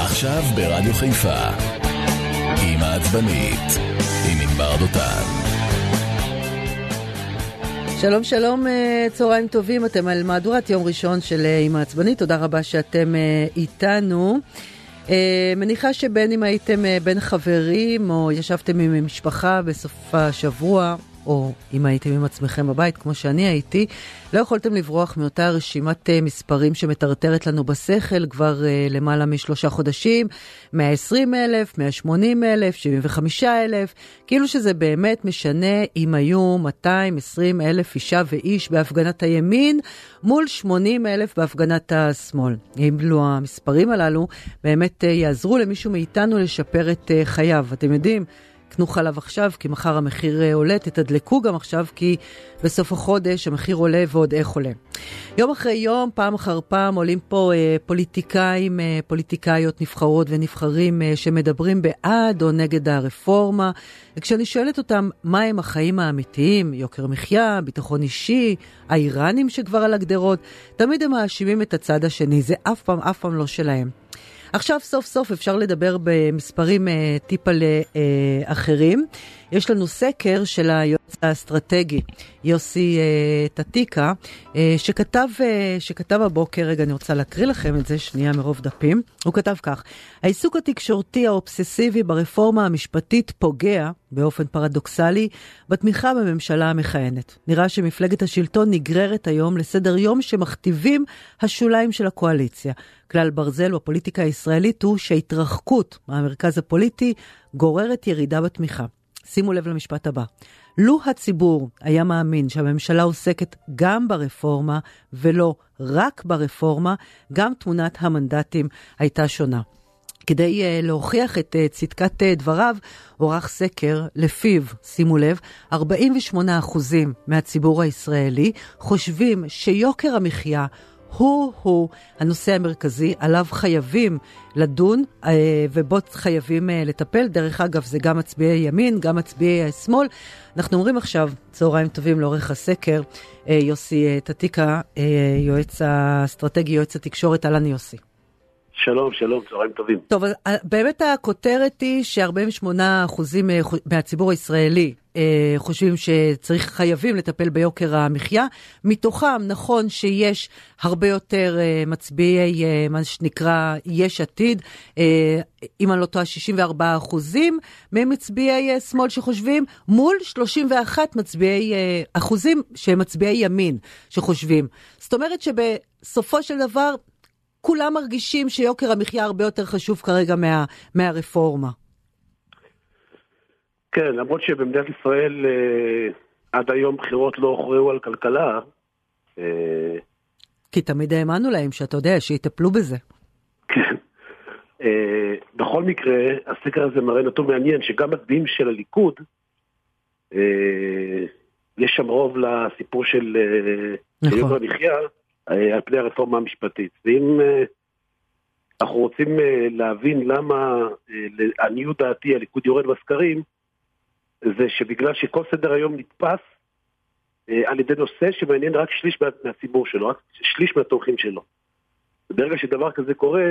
עכשיו ברדיו חיפה עם העצבנית, עם ענבר דותן. שלום שלום, צהריים טובים, אתם על מהדורת יום ראשון של עם העצבנית, תודה רבה שאתם איתנו. מניחה שבין אם הייתם בין חברים או ישבתם עם משפחה בסוף השבוע, או אם הייתם עם עצמכם בבית כמו שאני הייתי, לא יכולתם לברוח מאותה רשימת מספרים שמטרטרת לנו בשכל כבר למעלה מ3 חודשים, 120,000, 180,000, 75,000, כאילו שזה באמת משנה אם היו 220,000 אישה ואיש בהפגנת הימין מול 80,000 בהפגנת השמאל. אם לא המספרים הללו באמת יעזרו למישהו מאיתנו לשפר את חייו. אתם יודעים, קנו חלב עכשיו, כי מחר המחיר עולה, תתדלקו גם עכשיו, כי בסוף החודש המחיר עולה ועוד איך עולה. יום אחרי יום, פעם אחר פעם, עולים פה פוליטיקאים, פוליטיקאיות נבחרות ונבחרים שמדברים בעד או נגד הרפורמה. וכשאני שואלת אותם מה הם החיים האמיתיים, יוקר מחיה, ביטחון אישי, האיראנים שכבר על הגדרות, תמיד הם מאשימים את הצד השני, זה אף פעם לא שלהם. עכשיו סוף סוף אפשר לדבר במספרים טיפה לאחרים. יש לנו סקר של היועץ האסטרטגי יוסי תתיקה, שכתב הבוקר, רגע אני רוצה להקריא לכם את זה שנייה מרוב דפים. הוא כתב כך: העיסוק התקשורתי האובססיבי ברפורמה המשפטית פוגע באופן פרדוקסלי בתמיכה בממשלה המכהנת. נראה שמפלגת השלטון נגררת היום לסדר יום שמכתיבים השוליים של הקואליציה. כלל ברזל בפוליטיקה הישראלית הוא שההתרחקות מהמרכז הפוליטי גוררת ירידה בתמיכה. שימו לב למשפט הבא. לו הציבור היה מאמין שהממשלה עוסקת גם ברפורמה ולא רק ברפורמה, גם תמונת המנדטים הייתה שונה. כדי להוכיח את צדקת דבריו, עורך סקר לפיו, שימו לב, 48% מהציבור הישראלי חושבים שיוקר המחיה הוא הנושא המרכזי עליו חייבים לדון ובו חייבים לטפל. דרך אגב, זה גם מצביעי ימין, גם מצביעי שמאל. אנחנו אומרים עכשיו, צהריים טובים לעורך הסקר, יוסי תתיקה, יועץ האסטרטגי, יועץ התקשורת. אהלן יוסי. שלום, צהריים טובים. טוב, באמת הכותרת היא ש48% מהציבור הישראלי חושבים חייבים לטפל ביוקר המחיה. מתוכם נכון שיש הרבה יותר מצביעי מה שנקרא יש עתיד, אם אני לא טועה 64% ממצביעי שמאל שחושבים, מול 31 אחוזים שהם מצביעי ימין שחושבים. זאת אומרת שבסופו של דבר כולם מרגישים שיוקר המחיה הרבה יותר חשוב כרגע מהרפורמה. כן, למרות שבמדינת ישראל עד היום בחירות לא הוכרעו על כלכלה. כי תמיד האמנו להם שאתה יודע שיטפלו בזה. כן. בכל מקרה, הסקר הזה מראה נתון מעניין שגם מצביעים של הליכוד, יש שם רוב לסיפור של יוקר המחיה, על פני הרפורמה המשפטית. ואם אנחנו רוצים להבין למה לעניות דעתי הליכוד יורד בסקרים, זה שבגלל שכל סדר היום נתפס על ידי נושא שמעניין רק שליש מהציבור שלו, רק שליש מהתומכים שלו. ברגע שדבר כזה קורה,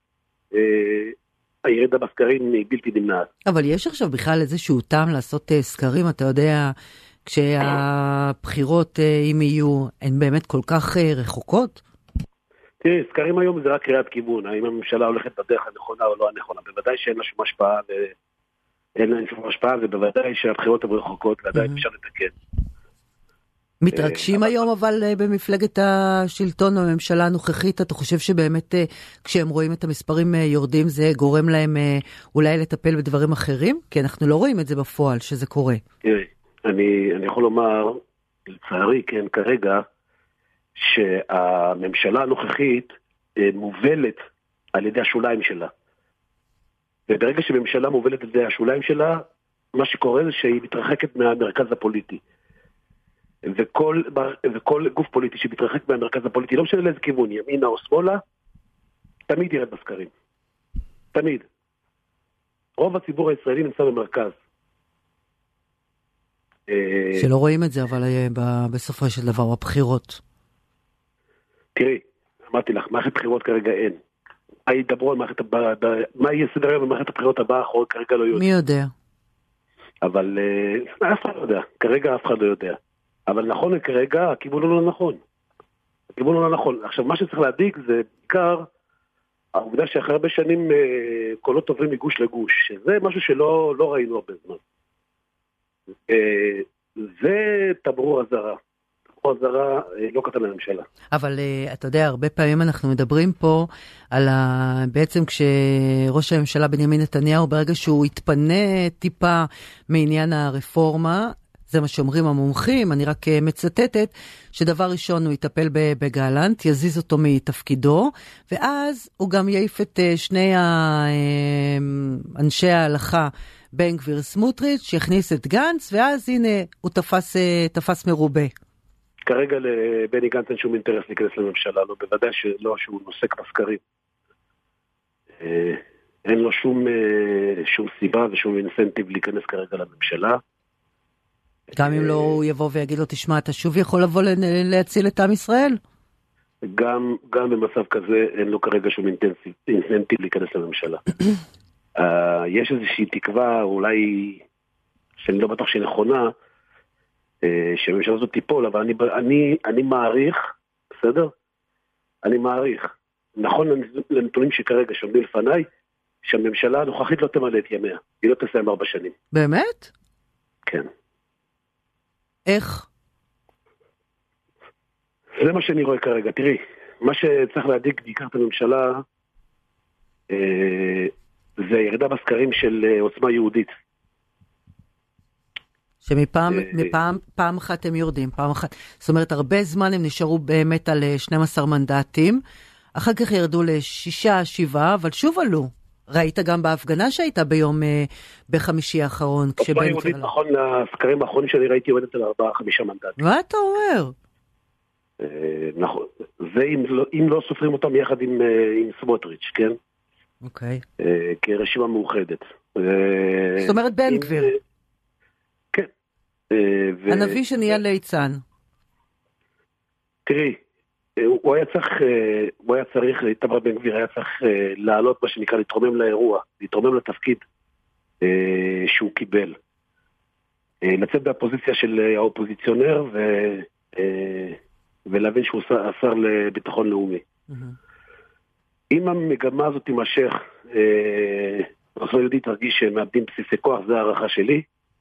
הירידה בסקרים היא בלתי נמנעת. אבל יש עכשיו בכלל איזשהו טעם לעשות סקרים, אתה יודע, כשהבחירות, אם יהיו, הן באמת כל כך רחוקות? תראי, סקרים היום זה רק קריאת כיוון, האם הממשלה הולכת בדרך הנכונה או לא הנכונה. בוודאי שאין לה שום השפעה, אין לה שום השפעה, ובוודאי שהבחירות הן רחוקות, ועדיין אפשר לתקן. מתרגשים היום אבל במפלגת השלטון או הממשלה הנוכחית, אתה חושב שבאמת כשהם רואים את המספרים יורדים זה גורם להם אולי לטפל בדברים אחרים? כי אנחנו לא רואים את זה בפועל שזה קורה. תראי, אני יכול לומר, לצערי, כן, כרגע, שהממשלה הנוכחית מובלת על ידי השוליים שלה. וברגע שממשלה מובלת על ידי השוליים שלה, מה שקורה זה שהיא מתרחקת מהמרכז הפוליטי. וכל גוף פוליטי שמתרחק מהמרכז הפוליטי, לא משנה לאיזה כיוון, ימינה או שמאלה, תמיד ירד בסקרים. תמיד. רוב הציבור הישראלי נמצא במרכז. שלא רואים את זה, אבל בסופו של דבר, הבחירות. תראי, אמרתי לך, מערכת בחירות כרגע אין. ידברו על מה יהיה סדר היום במערכת הבחירות הבאה, כרגע לא יודע. מי יודע? אבל אף אחד לא יודע, כרגע אף אחד לא יודע. אבל נכון כרגע, הכיוון הוא לא נכון. הכיוון הוא לא נכון. עכשיו, מה שצריך להדיק זה בעיקר העובדה שאחרי הרבה שנים קולות עוברים מגוש לגוש, שזה משהו שלא ראינו הרבה זמן. זה תמרור אזהרה. תמרור אזהרה לא קטן לממשלה. אבל אתה יודע, הרבה פעמים אנחנו מדברים פה על בעצם כשראש הממשלה בנימין נתניהו, ברגע שהוא התפנה טיפה מעניין הרפורמה, זה מה שאומרים המומחים, אני רק מצטטת, שדבר ראשון הוא יטפל בגלנט, יזיז אותו מתפקידו, ואז הוא גם יעיף את שני אנשי ההלכה, בן גביר סמוטריץ', שיכניס את גנץ, ואז הנה הוא תפס מרובה. כרגע לבני גנץ אין שום אינטרס להיכנס לממשלה, לא, בוודאי שלא שהוא נוסק בסקרים. אין לו שום סיבה ושום אינסנטיב להיכנס כרגע לממשלה. גם אם לא הוא יבוא ויגיד לו, תשמע, אתה שוב יכול לבוא להציל את עם ישראל? גם במצב כזה אין לו כרגע שום אינסנטיב להיכנס לממשלה. יש איזושהי תקווה, אולי, שאני לא בטוח שהיא נכונה, שהממשלה הזאת תיפול, אבל אני מעריך, בסדר? אני מעריך, נכון לנתונים שכרגע שעומדים לפניי, שהממשלה הנוכחית לא תמלא את ימיה, היא לא תסיים 4 שנים. באמת? כן. איך? זה מה שאני רואה כרגע. תראי, מה שצריך להדיק בעיקר את הממשלה, זה ירידה בסקרים של עוצמה יהודית. פעם אחת הם יורדים, פעם אחת. זאת אומרת, הרבה זמן הם נשארו באמת על 12 מנדטים, אחר כך ירדו ל6-7, אבל שוב עלו. ראית גם בהפגנה שהייתה ביום בחמישי האחרון. עוצמה יהודית, נכון, לסקרים האחרונים שאני ראיתי יורדת על 4-5 מנדטים. מה אתה אומר? נכון. זה אם לא סופרים אותם יחד עם סמוטריץ', כן? אוקיי. כרשימה מאוחדת. זאת אומרת בן גביר. כן. הנביא שנהיה ליצן. תראי, הוא היה צריך, איתמר בן גביר היה צריך לעלות מה שנקרא, להתרומם לאירוע, להתרומם לתפקיד שהוא קיבל. לצאת בפוזיציה של האופוזיציונר ולהבין שהוא השר לביטחון לאומי. אם המגמה הזאת תימשך, עוצמה יהודית תרגיש שמאבדים בסיסי כוח, זה הערכה שלי.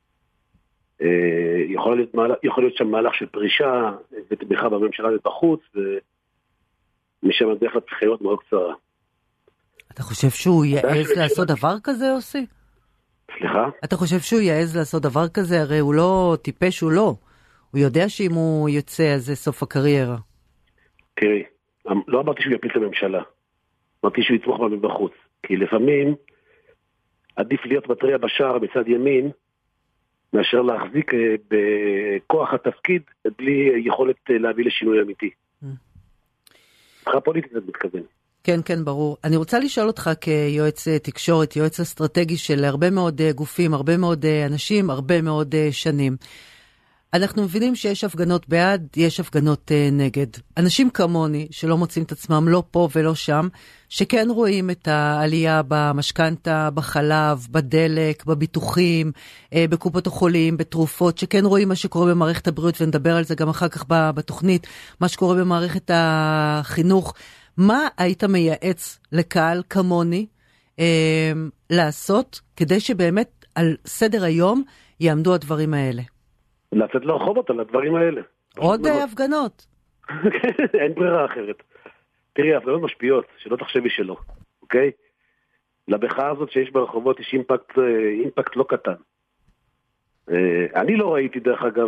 יכול להיות שם מהלך של פרישה ותמיכה בממשלה ובחוץ, ומשם הדרך לבחירות מאוד קצרה. אתה חושב שהוא יעז לעשות דבר כזה, יוסי? סליחה? אתה חושב שהוא יעז לעשות דבר כזה? הרי הוא לא טיפש, הוא לא. הוא יודע שאם הוא יוצא, אז זה סוף הקריירה. תראי, לא אמרתי שהוא יפיל את הממשלה. אמרתי שהוא יתמוך בחוץ. כי לפעמים עדיף להיות מטריה בשער מצד ימין, מאשר להחזיק בכוח התפקיד בלי יכולת להביא לשינוי אמיתי. אחרי פוליטית זה מתכוון. כן, כן, ברור. אני רוצה לשאול אותך כיועץ תקשורת, יועץ אסטרטגי של הרבה מאוד גופים, הרבה מאוד אנשים, הרבה מאוד שנים. אנחנו מבינים שיש הפגנות בעד, יש הפגנות נגד. אנשים כמוני, שלא מוצאים את עצמם לא פה ולא שם, שכן רואים את העלייה במשכנתה, בחלב, בדלק, בביטוחים, בקופות החולים, בתרופות, שכן רואים מה שקורה במערכת הבריאות, ונדבר על זה גם אחר כך בתוכנית, מה שקורה במערכת החינוך. מה היית מייעץ לקהל כמוני לעשות, כדי שבאמת על סדר היום יעמדו הדברים האלה? לצאת לרחובות על הדברים האלה. עוד הפגנות. אין ברירה אחרת. תראי, הפגנות משפיעות, שלא תחשבי שלא, אוקיי? לבחאה הזאת שיש ברחובות יש אימפקט לא קטן. אני לא ראיתי דרך אגב,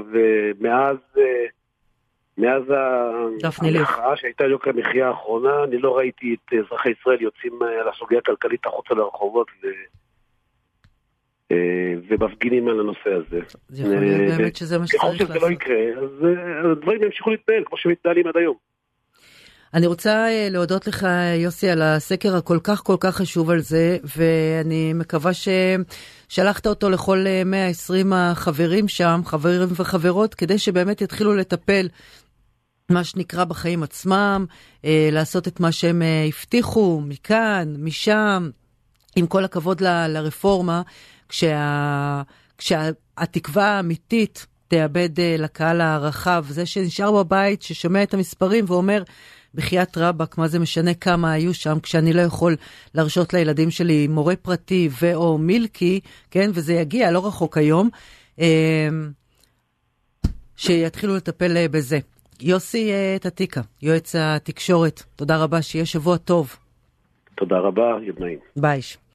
מאז המחאה שהייתה יוקר המחיה האחרונה, אני לא ראיתי את אזרחי ישראל יוצאים על הסוגיה הכלכלית החוצה לרחובות ומפגינים על הנושא הזה. זה יכול להיות באמת שזה מה שצריך לעשות. ככל שזה לא יקרה, אז הדברים ימשיכו להתנהל כמו שמתנהלים עד היום. אני רוצה להודות לך, יוסי, על הסקר הכל כך חשוב על זה, ואני מקווה ששלחת אותו לכל 120 החברים שם, חברים וחברות, כדי שבאמת יתחילו לטפל מה שנקרא בחיים עצמם, לעשות את מה שהם הבטיחו, מכאן, משם, עם כל הכבוד לרפורמה, כשהתקווה האמיתית תאבד לקהל הרחב, זה שנשאר בבית, ששומע את המספרים ואומר, בחיית רבק, מה זה משנה כמה היו שם, כשאני לא יכול להרשות לילדים שלי מורה פרטי ואו מילקי, כן, וזה יגיע, לא רחוק היום, שיתחילו לטפל בזה. יוסי תתיקה, יועץ התקשורת, תודה רבה, שיהיה שבוע טוב. תודה רבה, יום נעים. ביי.